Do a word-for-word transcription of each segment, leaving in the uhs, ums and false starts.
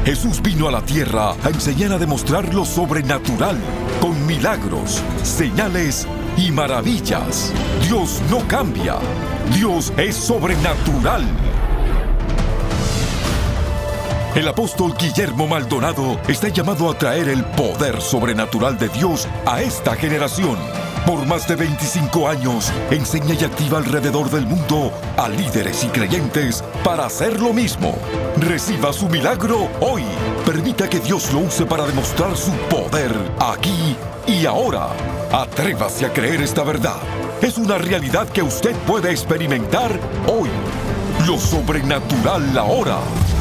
Jesús vino a la tierra a enseñar a demostrar lo sobrenatural, con milagros, señales y maravillas. Dios no cambia. Dios es sobrenatural. El apóstol Guillermo Maldonado está llamado a traer el poder sobrenatural de Dios a esta generación. Por más de veinticinco años, enseña y activa alrededor del mundo a líderes y creyentes para hacer lo mismo. Reciba su milagro hoy. Permita que Dios lo use para demostrar su poder aquí y ahora. Atrévase a creer esta verdad. Es una realidad que usted puede experimentar hoy. Lo sobrenatural ahora.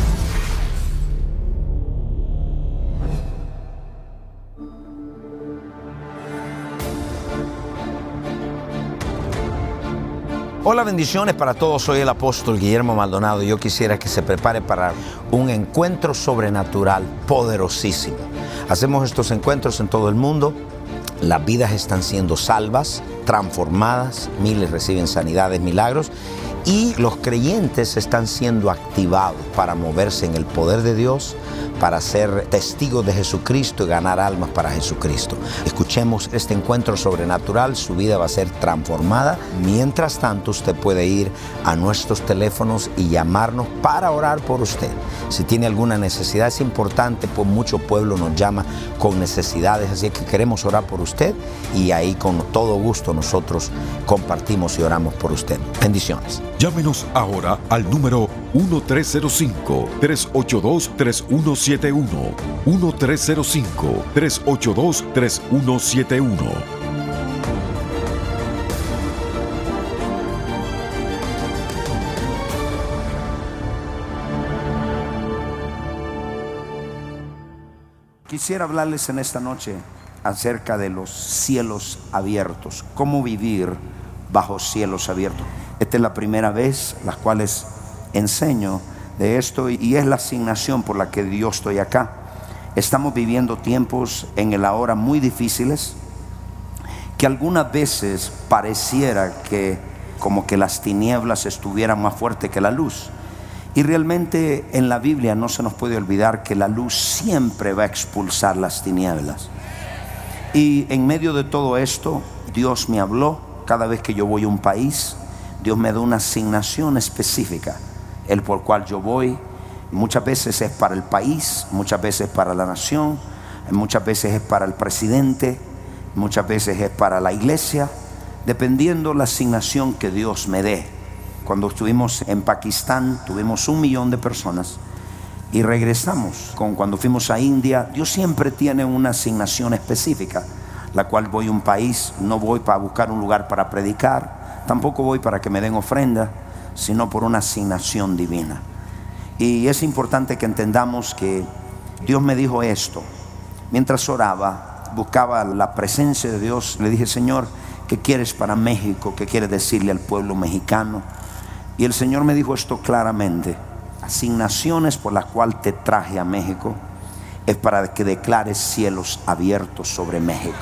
Hola, bendiciones para todos. Soy el apóstol Guillermo Maldonado. Yo quisiera que se prepare para un encuentro sobrenatural poderosísimo. Hacemos estos encuentros en todo el mundo. Las vidas están siendo salvas, transformadas. Miles reciben sanidades, milagros. Y los creyentes están siendo activados para moverse en el poder de Dios, para ser testigos de Jesucristo y ganar almas para Jesucristo. Escuchemos este encuentro sobrenatural, su vida va a ser transformada. Mientras tanto, usted puede ir a nuestros teléfonos y llamarnos para orar por usted. Si tiene alguna necesidad, es importante, pues mucho pueblo nos llama con necesidades, así que queremos orar por usted y ahí con todo gusto nosotros compartimos y oramos por usted. Bendiciones. Llámenos ahora al número uno tres cero cinco, tres ocho dos, tres uno siete uno. uno tres cero cinco, tres ocho dos, tres uno siete uno. Quisiera hablarles en esta noche acerca de los cielos abiertos, cómo vivir bajo cielos abiertos. Esta es la primera vez las cuales enseño de esto y es la asignación por la que yo estoy acá. Estamos viviendo tiempos en el ahora muy difíciles, que algunas veces pareciera que como que las tinieblas estuvieran más fuertes que la luz. Y realmente en la Biblia no se nos puede olvidar que la luz siempre va a expulsar las tinieblas. Y en medio de todo esto, Dios me habló. Cada vez que yo voy a un país, Dios me da una asignación específica, el por cual yo voy. Muchas veces es para el país, muchas veces para la nación, muchas veces es para el presidente, muchas veces es para la iglesia, dependiendo la asignación que Dios me dé. Cuando estuvimos en Pakistán, tuvimos un millón de personas y regresamos. Con cuando fuimos a India, Dios siempre tiene una asignación específica, la cual voy a un país, no voy para buscar un lugar para predicar, tampoco voy para que me den ofrenda, sino por una asignación divina. Y es importante que entendamos que Dios me dijo esto. Mientras oraba, buscaba la presencia de Dios, le dije: Señor, ¿qué quieres para México? ¿Qué quieres decirle al pueblo mexicano? Y el Señor me dijo esto claramente: asignaciones por las cuales te traje a México es para que declares cielos abiertos sobre México.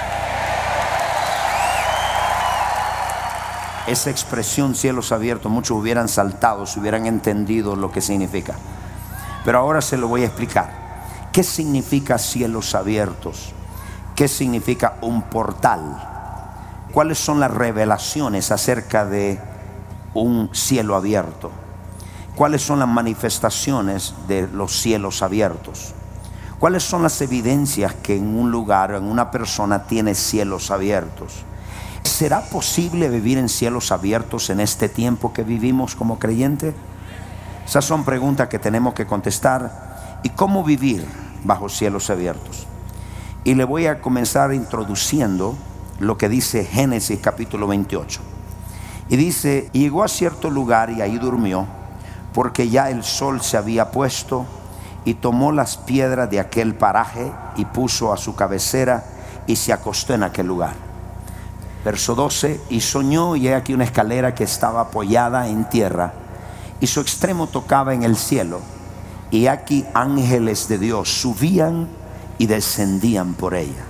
Esa expresión cielos abiertos, muchos hubieran saltado si hubieran entendido lo que significa. Pero ahora se lo voy a explicar. ¿Qué significa cielos abiertos? ¿Qué significa un portal? ¿Cuáles son las revelaciones acerca de un cielo abierto? ¿Cuáles son las manifestaciones de los cielos abiertos? ¿Cuáles son las evidencias que en un lugar o en una persona tiene cielos abiertos? ¿Será posible vivir en cielos abiertos en este tiempo que vivimos como creyentes? Esas son preguntas que tenemos que contestar. ¿Y cómo vivir bajo cielos abiertos? Y le voy a comenzar introduciendo lo que dice Génesis capítulo veintiocho. Y dice: y llegó a cierto lugar y ahí durmió, porque ya el sol se había puesto, y tomó las piedras de aquel paraje y puso a su cabecera y se acostó en aquel lugar. Verso doce: y soñó, y he aquí una escalera que estaba apoyada en tierra, y su extremo tocaba en el cielo, y aquí ángeles de Dios subían y descendían por ella.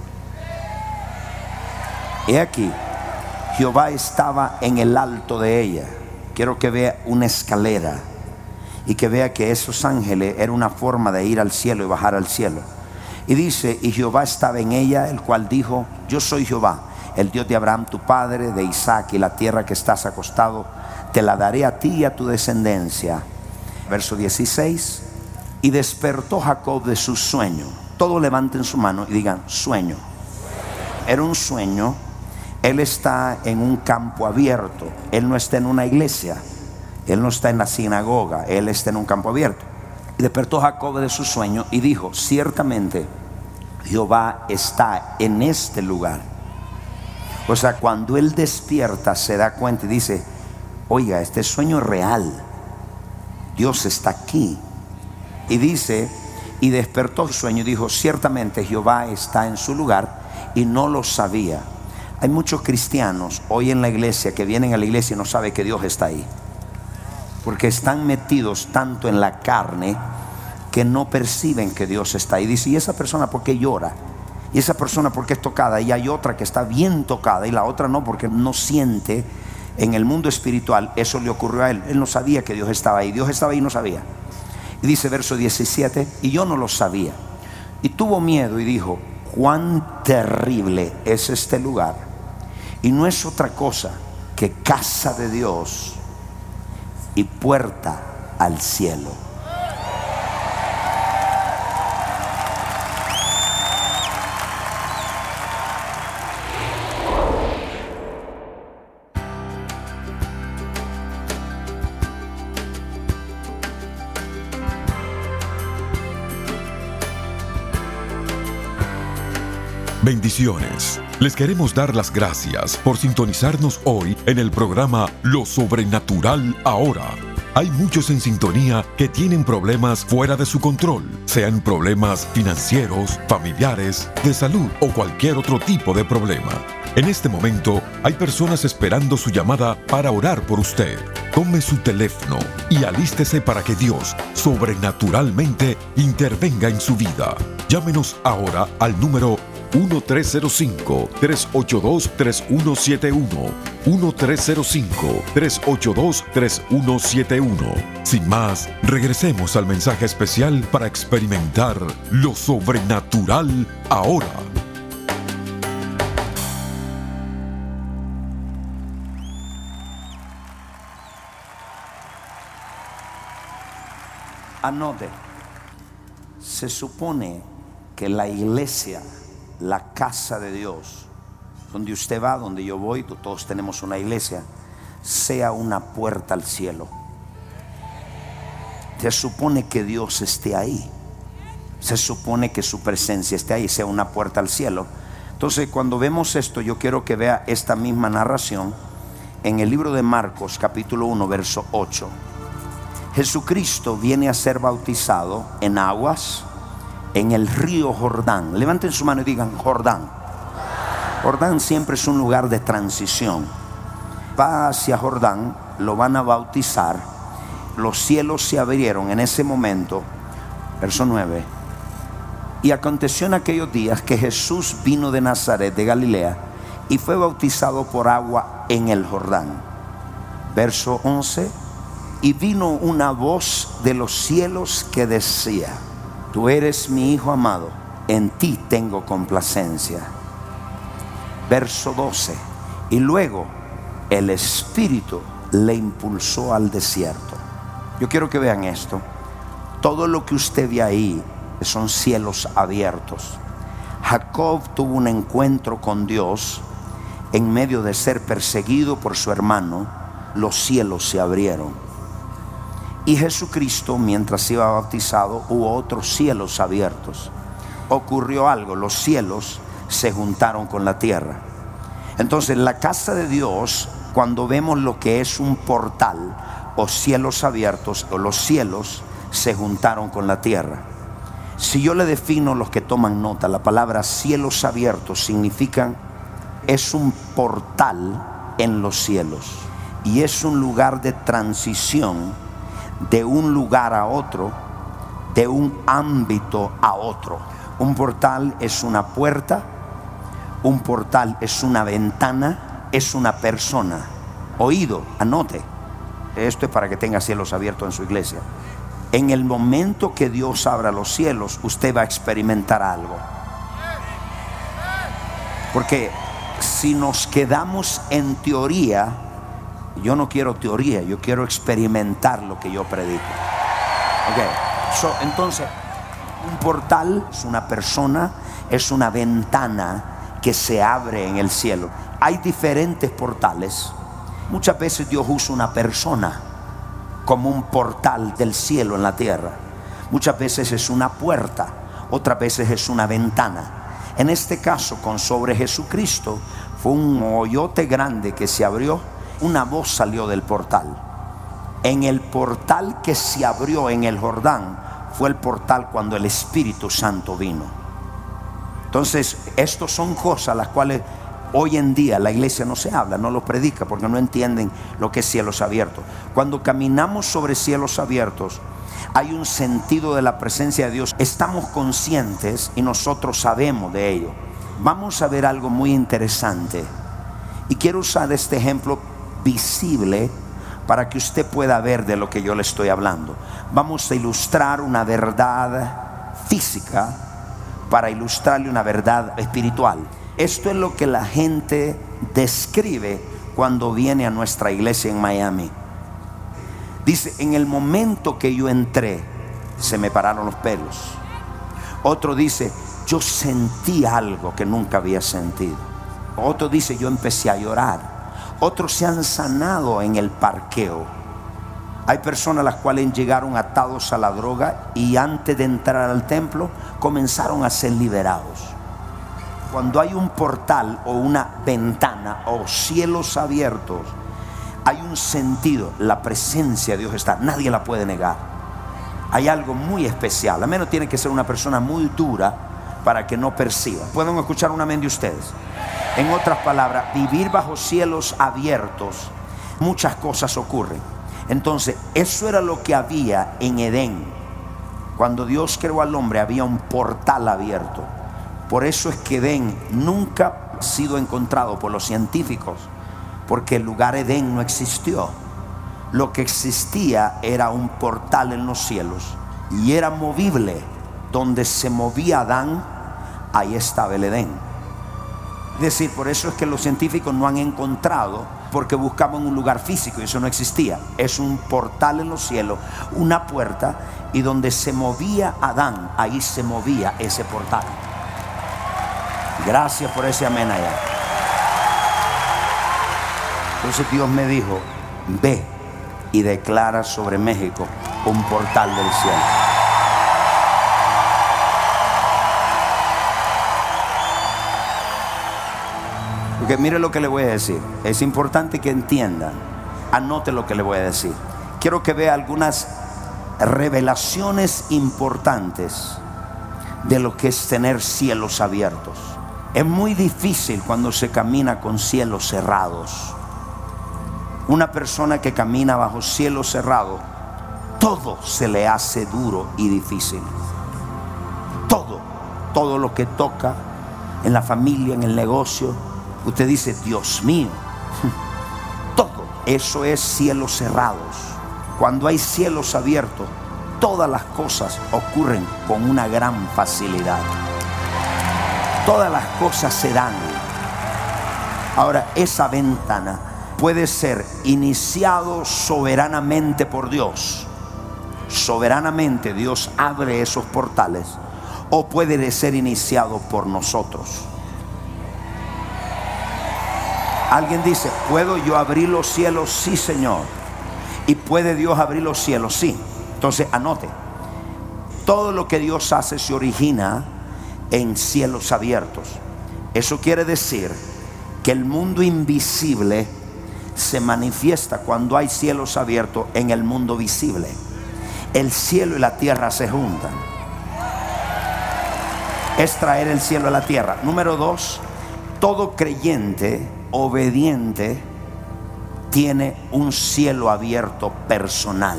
He aquí Jehová estaba en el alto de ella. Quiero que vea una escalera. y que vea que esos ángeles era una forma de ir al cielo y bajar al cielo. Y dice, y Jehová estaba en ella, el cual dijo, yo soy Jehová, el Dios de Abraham tu padre, de Isaac, y la tierra que estás acostado te la daré a ti y a tu descendencia. Verso dieciséis, y despertó Jacob de su sueño. Todos levanten su mano y digan sueño. Era un sueño. Él está en un campo abierto. Él no está en una iglesia. Él no está en la sinagoga. Él está en un campo abierto. Y despertó Jacob de su sueño y dijo, ciertamente Jehová está en este lugar. O sea, cuando él despierta se da cuenta y dice, oiga, este sueño es real. Dios está aquí. Y dice, y despertó su sueño y dijo, ciertamente Jehová está en su lugar, y no lo sabía. Hay muchos cristianos hoy en la iglesia que vienen a la iglesia y no saben que Dios está ahí, porque están metidos tanto en la carne que no perciben que Dios está ahí. Dice, ¿y esa persona por qué llora? ¿Y esa persona por qué es tocada? Y hay otra que está bien tocada y la otra no, porque no siente. En el mundo espiritual eso le ocurrió a él. Él no sabía que Dios estaba ahí. Dios estaba ahí y no sabía. Y dice verso diecisiete, y yo no lo sabía. Y tuvo miedo y dijo, cuán terrible es este lugar. Y no es otra cosa que casa de Dios y puerta al cielo. Bendiciones. Les queremos dar las gracias por sintonizarnos hoy en el programa Lo Sobrenatural Ahora. Hay muchos en sintonía que tienen problemas fuera de su control, sean problemas financieros, familiares, de salud o cualquier otro tipo de problema. En este momento hay personas esperando su llamada para orar por usted. Tome su teléfono y alístese para que Dios sobrenaturalmente intervenga en su vida. Llámenos ahora al número uno tres cero cinco, tres ocho dos, tres uno siete uno, uno tres cero cinco, tres ocho dos, tres uno siete uno. Sin más, regresemos al mensaje especial para experimentar lo sobrenatural ahora. Anote, se supone que la iglesia, la casa de Dios, donde usted va, donde yo voy, todos tenemos una iglesia, sea una puerta al cielo. Se supone que Dios esté ahí. Se supone que su presencia esté ahí, sea una puerta al cielo. Entonces, cuando vemos esto, yo quiero que vea esta misma narración en el libro de Marcos, capítulo uno, verso ocho. Jesucristo viene a ser bautizado en aguas en el río Jordán. Levanten su mano y digan Jordán. Jordán siempre es un lugar de transición. Va hacia Jordán, lo van a bautizar. Los cielos se abrieron en ese momento. Verso nueve. Y aconteció en aquellos días que Jesús vino de Nazaret de Galilea y fue bautizado por agua en el Jordán. Verso once. Y vino una voz de los cielos que decía: tú eres mi Hijo amado, en ti tengo complacencia. Verso doce. Y luego el Espíritu le impulsó al desierto. Yo quiero que vean esto. Todo lo que usted ve ahí son cielos abiertos. Jacob tuvo un encuentro con Dios en medio de ser perseguido por su hermano. Los cielos se abrieron. Y Jesucristo, mientras iba bautizado, hubo otros cielos abiertos. Ocurrió algo, los cielos se juntaron con la tierra. Entonces, la casa de Dios, cuando vemos lo que es un portal o cielos abiertos, o los cielos se juntaron con la tierra. Si yo le defino, los que toman nota, la palabra cielos abiertos significan, es un portal en los cielos y es un lugar de transición de un lugar a otro, de un ámbito a otro. Un portal es una puerta, un portal es una ventana, es una persona. Oído, anote, Esto es para que tenga cielos abiertos en su iglesia. En el momento que Dios abra los cielos, usted va a experimentar algo. Porque si nos quedamos en teoría, yo no quiero teoría, yo quiero experimentar lo que yo predico. Okay. So, entonces, un portal es una persona, es una ventana que se abre en el cielo. Hay diferentes portales. Muchas veces Dios usa una persona como un portal del cielo en la tierra. Muchas veces es una puerta, otras veces es una ventana. En este caso, con sobre Jesucristo, fue un hoyote grande que se abrió. Una voz salió del portal. En el portal que se abrió en el Jordán fue el portal cuando el Espíritu Santo vino. Entonces, estos son cosas las cuales hoy en día la iglesia no se habla, no lo predica, porque no entienden lo que es cielos abiertos. Cuando caminamos sobre cielos abiertos, hay un sentido de la presencia de Dios. Estamos conscientes y nosotros sabemos de ello. Vamos a ver algo muy interesante. Y quiero usar este ejemplo visible para que usted pueda ver de lo que yo le estoy hablando. Vamos a ilustrar una verdad física para ilustrarle una verdad espiritual. Esto es lo que la gente describe cuando viene a nuestra iglesia en Miami. Dice, en el momento que yo entré, se me pararon los pelos. Otro dice, yo sentí algo que nunca había sentido. Otro dice, yo empecé a llorar. Otros se han sanado en el parqueo. Hay personas las cuales llegaron atados a la droga y antes de entrar al templo comenzaron a ser liberados. Cuando hay un portal o una ventana o cielos abiertos, hay un sentido, la presencia de Dios está, nadie la puede negar. Hay algo muy especial, a menos tiene que ser una persona muy dura para que no perciba. ¿Pueden escuchar un amén de ustedes? En otras palabras, vivir bajo cielos abiertos, muchas cosas ocurren. Entonces, eso era lo que había en Edén. Cuando Dios creó al hombre, había un portal abierto. Por eso es que Edén nunca ha sido encontrado por los científicos, porque el lugar Edén no existió. Lo que existía era un portal en los cielos y era movible. Donde se movía Adán, ahí estaba el Edén. Es decir, por eso es que los científicos no han encontrado, porque buscaban un lugar físico y eso no existía. Es un portal en los cielos, una puerta, y donde se movía Adán, ahí se movía ese portal. Gracias por ese amén allá. Entonces Dios me dijo, ve y declara sobre México un portal del cielo. Porque mire lo que le voy a decir. Es importante que entiendan. Anote lo que le voy a decir. Quiero que vea algunas revelaciones importantes de lo que es tener cielos abiertos. Es muy difícil cuando se camina con cielos cerrados. Una persona que camina bajo cielo cerrado, todo se le hace duro y difícil. Todo, todo lo que toca en la familia, en el negocio, usted dice, Dios mío, todo eso es cielos cerrados. Cuando hay cielos abiertos, todas las cosas ocurren con una gran facilidad. Todas las cosas se dan. Ahora, esa ventana puede ser iniciado soberanamente por Dios. Soberanamente Dios abre esos portales, o puede ser iniciado por nosotros. Alguien dice, ¿puedo yo abrir los cielos? Sí, Señor. ¿Y puede Dios abrir los cielos? Sí. Entonces anote, todo lo que Dios hace se origina en cielos abiertos. Eso quiere decir que el mundo invisible se manifiesta cuando hay cielos abiertos en el mundo visible. El cielo y la tierra se juntan. Es traer el cielo a la tierra. Número dos, todo creyente obediente tiene un cielo abierto personal.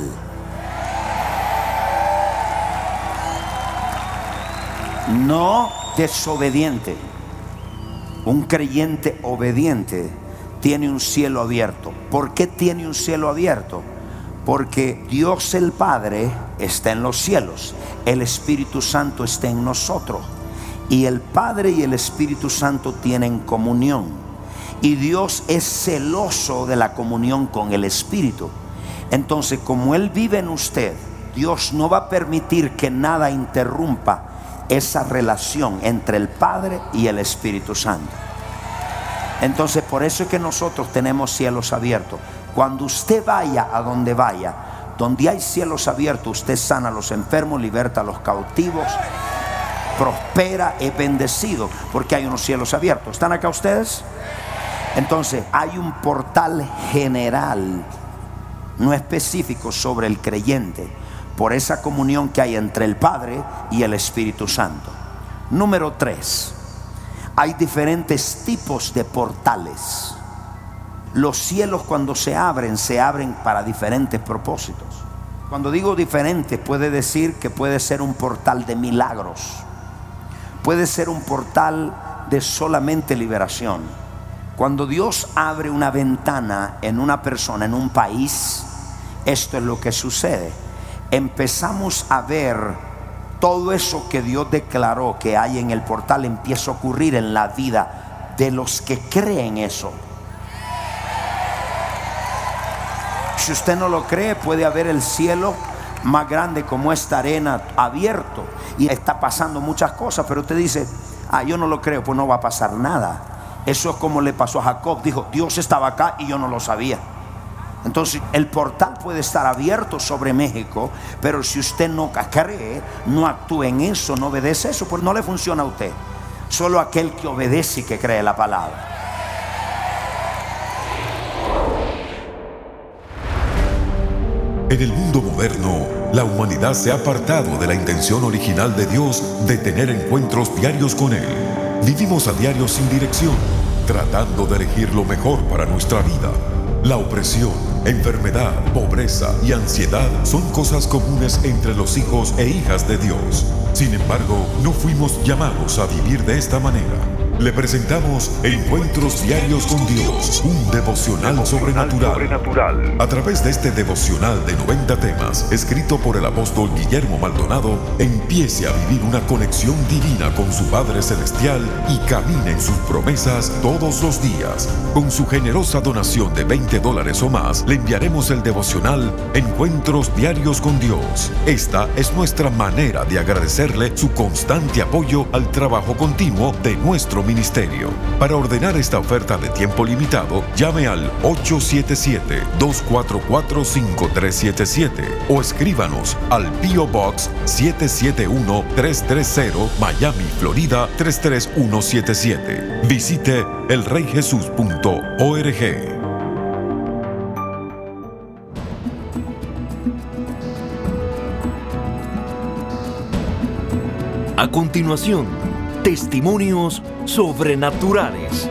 No desobediente. Un creyente obediente tiene un cielo abierto. ¿Por qué tiene un cielo abierto? Porque Dios el Padre está en los cielos, el Espíritu Santo está en nosotros, y el Padre y el Espíritu Santo tienen comunión, y Dios es celoso de la comunión con el Espíritu. Entonces, como Él vive en usted, Dios no va a permitir que nada interrumpa esa relación entre el Padre y el Espíritu Santo. Entonces, por eso es que nosotros tenemos cielos abiertos. Cuando usted vaya a donde vaya, donde hay cielos abiertos, usted sana a los enfermos, liberta a los cautivos, prospera, es bendecido, porque hay unos cielos abiertos. ¿Están acá ustedes? Entonces, hay un portal general, no específico, sobre el creyente, por esa comunión que hay entre el Padre y el Espíritu Santo. Número tres, hay diferentes tipos de portales. Los cielos, cuando se abren, se abren para diferentes propósitos. Cuando digo diferentes, puede decir que puede ser un portal de milagros, puede ser un portal de solamente liberación. Cuando Dios abre una ventana en una persona, en un país, esto es lo que sucede. Empezamos a ver todo eso que Dios declaró que hay en el portal, empieza a ocurrir en la vida de los que creen eso. Si usted no lo cree, puede haber el cielo más grande como esta arena abierto y está pasando muchas cosas, pero usted dice: ah, yo no lo creo, pues no va a pasar nada. Eso es como le pasó a Jacob. Dijo: Dios estaba acá y yo no lo sabía. Entonces el portal puede estar abierto sobre México, pero si usted no cree, no actúa en eso, no obedece eso, pues no le funciona a usted. Solo aquel que obedece y que cree la palabra. En el mundo moderno, la humanidad se ha apartado de la intención original de Dios de tener encuentros diarios con Él. Vivimos a diario sin dirección, tratando de elegir lo mejor para nuestra vida. La opresión, enfermedad, pobreza y ansiedad son cosas comunes entre los hijos e hijas de Dios. Sin embargo, no fuimos llamados a vivir de esta manera. Le presentamos Encuentros Diarios con Dios, un devocional sobrenatural. A través de este devocional de noventa temas, escrito por el apóstol Guillermo Maldonado, empiece a vivir una conexión divina con su Padre Celestial y camine en sus promesas todos los días. Con su generosa donación de veinte dólares o más, le enviaremos el devocional Encuentros Diarios con Dios. Esta es nuestra manera de agradecerle su constante apoyo al trabajo continuo de nuestro ministerio. Para ordenar esta oferta de tiempo limitado, llame al ocho siete siete, dos cuatro cuatro, cinco tres siete siete o escríbanos al P O Box siete siete uno, tres tres cero, Miami, Florida tres tres uno siete siete. Visite el rey jesús punto org. A continuación, testimonios sobrenaturales.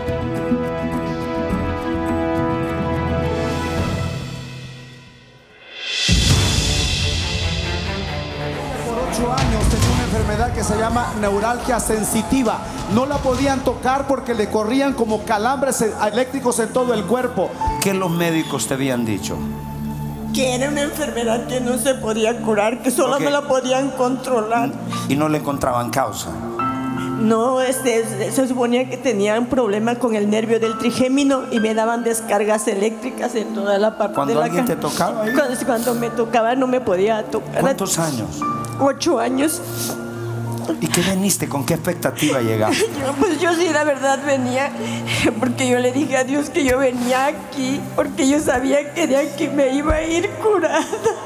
Por ocho años tenía una enfermedad que se llama neuralgia sensitiva. No la podían tocar porque le corrían como calambres eléctricos en todo el cuerpo. ¿Qué los médicos te habían dicho? Que era una enfermedad que no se podía curar, que solo Okay. me la podían controlar. Y no le encontraban causa. No, este, se suponía que tenía un problema con el nervio del trigémino y me daban descargas eléctricas en toda la parte ¿Cuando de la alguien ca- te tocaba ahí? Cuando, cuando me tocaba no me podía tocar. ¿Cuántos años? Ocho años. ¿Y qué veniste? ¿Con qué expectativa llegaste? Yo, pues yo sí, la verdad venía porque yo le dije a Dios que yo venía aquí porque yo sabía que de aquí me iba a ir curada.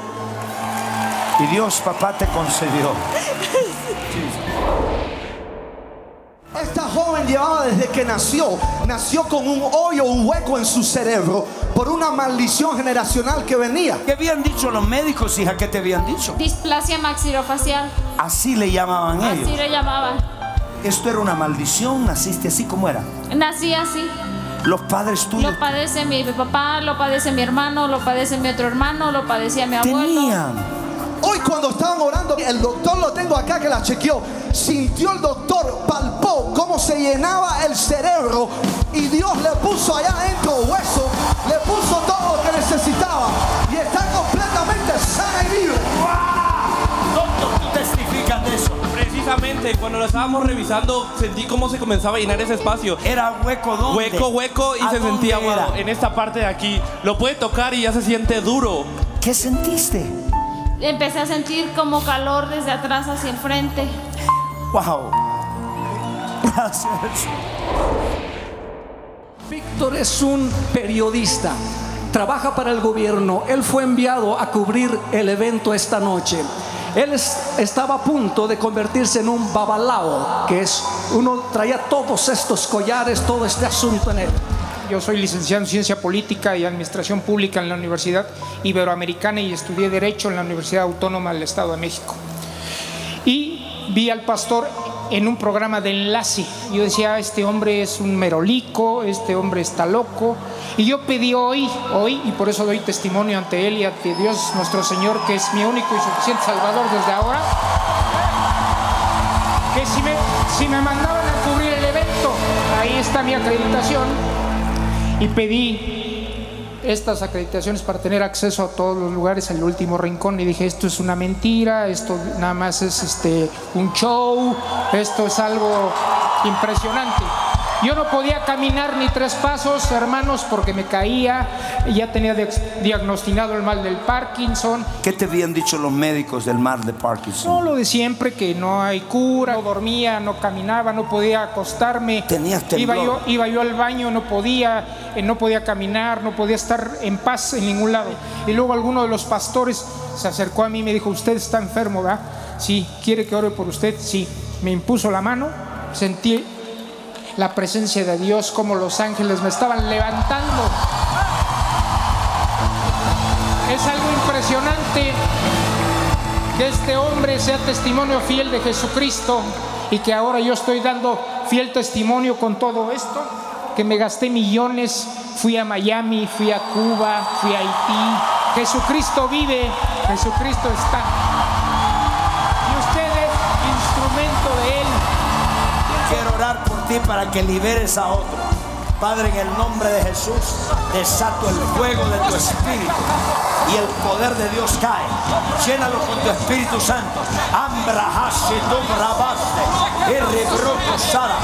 Y Dios, papá, te concedió. Esta joven llevaba desde que nació, nació con un hoyo, un hueco en su cerebro por una maldición generacional que venía. ¿Qué habían dicho los médicos, hija? ¿Qué te habían dicho? Displasia maxilofacial, Así le llamaban así ellos. le llamaban. Esto era una maldición, naciste así como era. Nací así. Los padres tuyos Lo padece mi papá, lo padece mi hermano, lo padece mi otro hermano, lo padecía mi abuelo. tenían. Hoy cuando estaban orando, el doctor lo tengo acá que la chequeó. Sintió el doctor, palpó cómo se llenaba el cerebro y Dios le puso allá adentro hueso, le puso todo lo que necesitaba y está completamente Este, cuando lo estábamos revisando, sentí cómo se comenzaba a llenar ese espacio. ¿Era hueco dónde? Hueco, hueco, y se sentía aguado en esta parte de aquí. Lo puede tocar y ya se siente duro. ¿Qué sentiste? Empecé a sentir como calor desde atrás hacia el frente. Wow. Gracias. Víctor es un periodista, trabaja para el gobierno. Él fue enviado a cubrir el evento esta noche. Él es, estaba a punto de convertirse en un babalao, que es uno traía todos estos collares, todo este asunto en él. Yo soy licenciado en Ciencia Política y Administración Pública en la Universidad Iberoamericana y estudié Derecho en la Universidad Autónoma del Estado de México. Y vi al pastor en un programa de enlace. Yo decía, este hombre es un merolico, este hombre está loco. Y yo pedí hoy, hoy, y por eso doy testimonio ante él y ante Dios nuestro Señor, que es mi único y suficiente Salvador desde ahora, que si me, si me mandaban a cubrir el evento, ahí está mi acreditación, y pedí estas acreditaciones para tener acceso a todos los lugares, al último rincón, y dije, esto es una mentira, esto nada más es este, un show, esto es algo impresionante. Yo no podía caminar ni tres pasos, hermanos, porque me caía. Ya tenía diagnosticado el mal del Parkinson. ¿Qué te habían dicho los médicos del mal de Parkinson? No, lo de siempre, que no hay cura. No dormía, no caminaba, no podía acostarme. Tenías temblor. Iba yo, iba yo al baño, no podía, eh, no podía caminar, no podía estar en paz en ningún lado. Y luego alguno de los pastores se acercó a mí y me dijo, usted está enfermo, ¿verdad? Sí. ¿Quiere que ore por usted? Sí. Me impuso la mano, sentí la presencia de Dios, como los ángeles me estaban levantando. Es algo impresionante que este hombre sea testimonio fiel de Jesucristo y que ahora yo estoy dando fiel testimonio con todo esto, que me gasté millones, fui a Miami, fui a Cuba, fui a Haití. Jesucristo vive, Jesucristo está. Y usted es instrumento de Él. Quiero orar por ti para que liberes a otro. Padre, en el nombre de Jesús, desato el fuego de tu espíritu y el poder de Dios cae. Llénalo con tu Espíritu Santo. Ambra hashi tu rabaste y rebroto sara.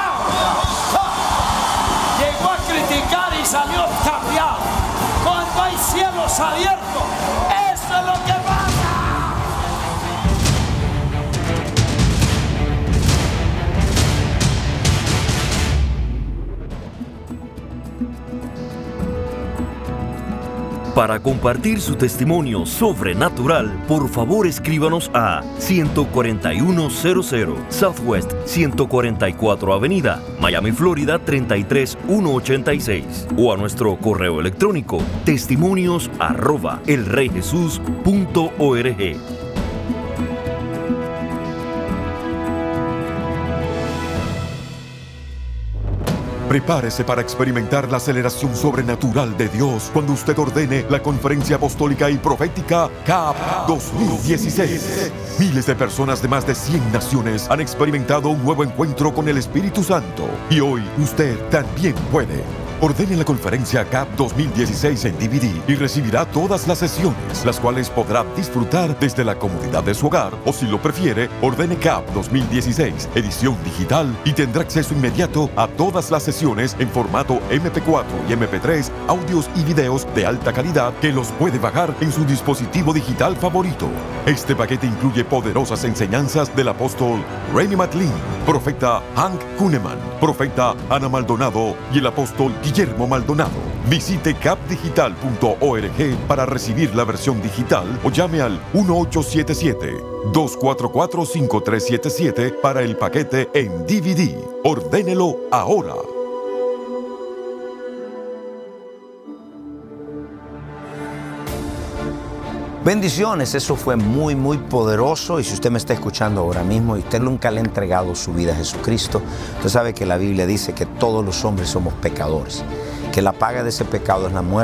Llegó a criticar y salió cambiado. Cuando hay cielos abiertos, eso es lo que pasa. Para compartir su testimonio sobrenatural, por favor escríbanos a ciento cuarenta y uno cero cero Southwest ciento cuarenta y cuatro Avenida, Miami, Florida treinta y tres mil ciento ochenta y seis, o a nuestro correo electrónico testimonios arroba elreyjesus punto org. Prepárese para experimentar la aceleración sobrenatural de Dios cuando usted ordene la Conferencia Apostólica y Profética C A P dos mil dieciséis. Miles de personas de más de cien naciones han experimentado un nuevo encuentro con el Espíritu Santo. Y hoy usted también puede. Ordene la conferencia C A P dos mil dieciséis en D V D y recibirá todas las sesiones, las cuales podrá disfrutar desde la comodidad de su hogar, o si lo prefiere, ordene C A P dos mil dieciséis edición digital y tendrá acceso inmediato a todas las sesiones en formato eme pe cuatro y eme pe tres, audios y videos de alta calidad que los puede bajar en su dispositivo digital favorito. Este paquete incluye poderosas enseñanzas del apóstol Rainy McLean, profeta Hank Kuhneman, profeta Ana Maldonado y el apóstol Guillermo Maldonado. Visite cap digital punto org para recibir la versión digital o llame al uno ocho siete siete, dos cuatro cuatro, cinco tres siete siete para el paquete en D V D. Ordénelo ahora. Bendiciones, eso fue muy, muy poderoso. Y si usted me está escuchando ahora mismo y usted nunca le ha entregado su vida a Jesucristo, usted sabe que la Biblia dice que todos los hombres somos pecadores, que la paga de ese pecado es la muerte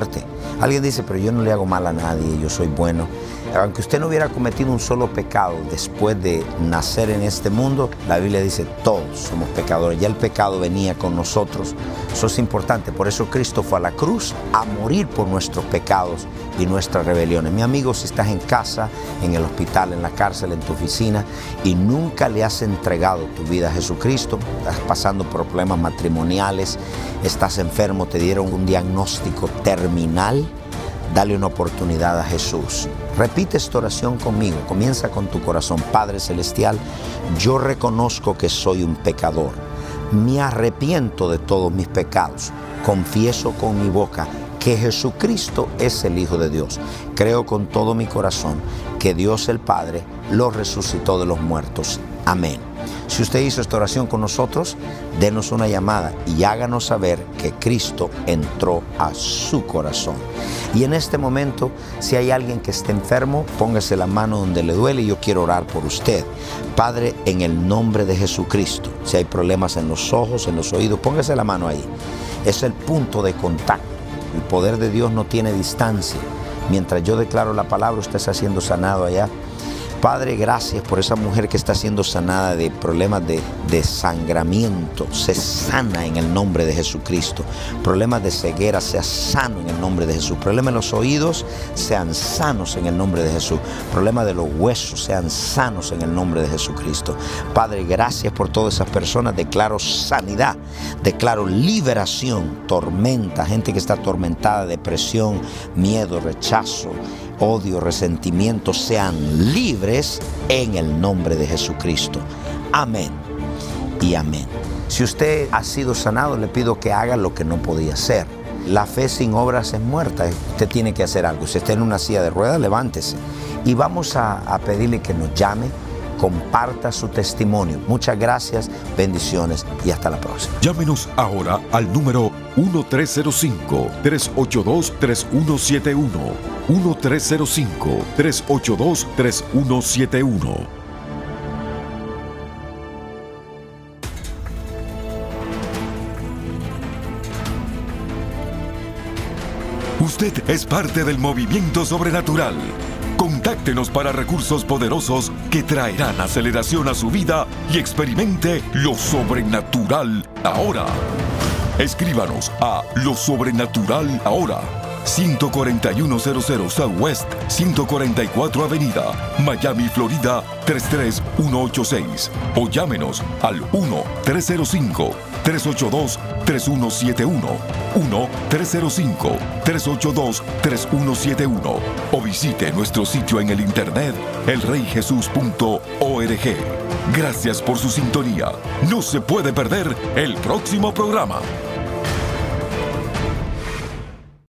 Alguien dice, pero yo no le hago mal a nadie, yo soy bueno. Aunque usted no hubiera cometido un solo pecado después de nacer en este mundo, la Biblia dice, todos somos pecadores. Ya el pecado venía con nosotros. Eso es importante. Por eso Cristo fue a la cruz a morir por nuestros pecados y nuestras rebeliones. Mi amigo, si estás en casa, en el hospital, en la cárcel, en tu oficina y nunca le has entregado tu vida a Jesucristo, estás pasando por problemas matrimoniales, estás enfermo, te dieron un diagnóstico terminal, dale una oportunidad a Jesús. Repite esta oración conmigo. Comienza con tu corazón. Padre Celestial, yo reconozco que soy un pecador. Me arrepiento de todos mis pecados. Confieso con mi boca que Jesucristo es el Hijo de Dios. Creo con todo mi corazón que Dios el Padre lo resucitó de los muertos. Amén. Si usted hizo esta oración con nosotros, denos una llamada y háganos saber que Cristo entró a su corazón. Y en este momento, si hay alguien que esté enfermo, póngase la mano donde le duele y yo quiero orar por usted. Padre, en el nombre de Jesucristo, si hay problemas en los ojos, en los oídos, póngase la mano ahí. Es el punto de contacto. El poder de Dios no tiene distancia. Mientras yo declaro la palabra, usted está siendo sanado allá. Padre, gracias por esa mujer que está siendo sanada de problemas de desangramiento. Se sana en el nombre de Jesucristo. Problemas de ceguera, sea sano en el nombre de Jesús. Problemas en los oídos, sean sanos en el nombre de Jesús. Problemas de los huesos, sean sanos en el nombre de Jesucristo. Padre, gracias por todas esas personas. Declaro sanidad, declaro liberación, tormenta, gente que está atormentada, depresión, miedo, rechazo, odio, resentimiento, sean libres en el nombre de Jesucristo. Amén y amén. Si usted ha sido sanado, le pido que haga lo que no podía hacer. La fe sin obras es muerta. Usted tiene que hacer algo. Si está en una silla de ruedas, levántese. Y vamos a, a pedirle que nos llame, comparta su testimonio. Muchas gracias, bendiciones y hasta la próxima. Llámenos ahora al número uno tres cero cinco, tres ocho dos, tres uno siete uno. uno tres cero cinco, tres ocho dos, tres uno siete uno. Usted es parte del movimiento sobrenatural. Contáctenos para recursos poderosos que traerán aceleración a su vida y experimente lo sobrenatural ahora. Escríbanos a Lo Sobrenatural Ahora, ciento cuarenta y uno cero cero Southwest ciento cuarenta y cuatro Avenida, Miami, Florida tres tres uno ocho seis, o llámenos al uno tres cero cinco, tres ocho dos, tres uno siete uno, uno tres cero cinco, tres ocho dos, tres uno siete uno, o visite nuestro sitio en el internet el rey jesús punto org. Gracias por su sintonía. No se puede perder el próximo programa.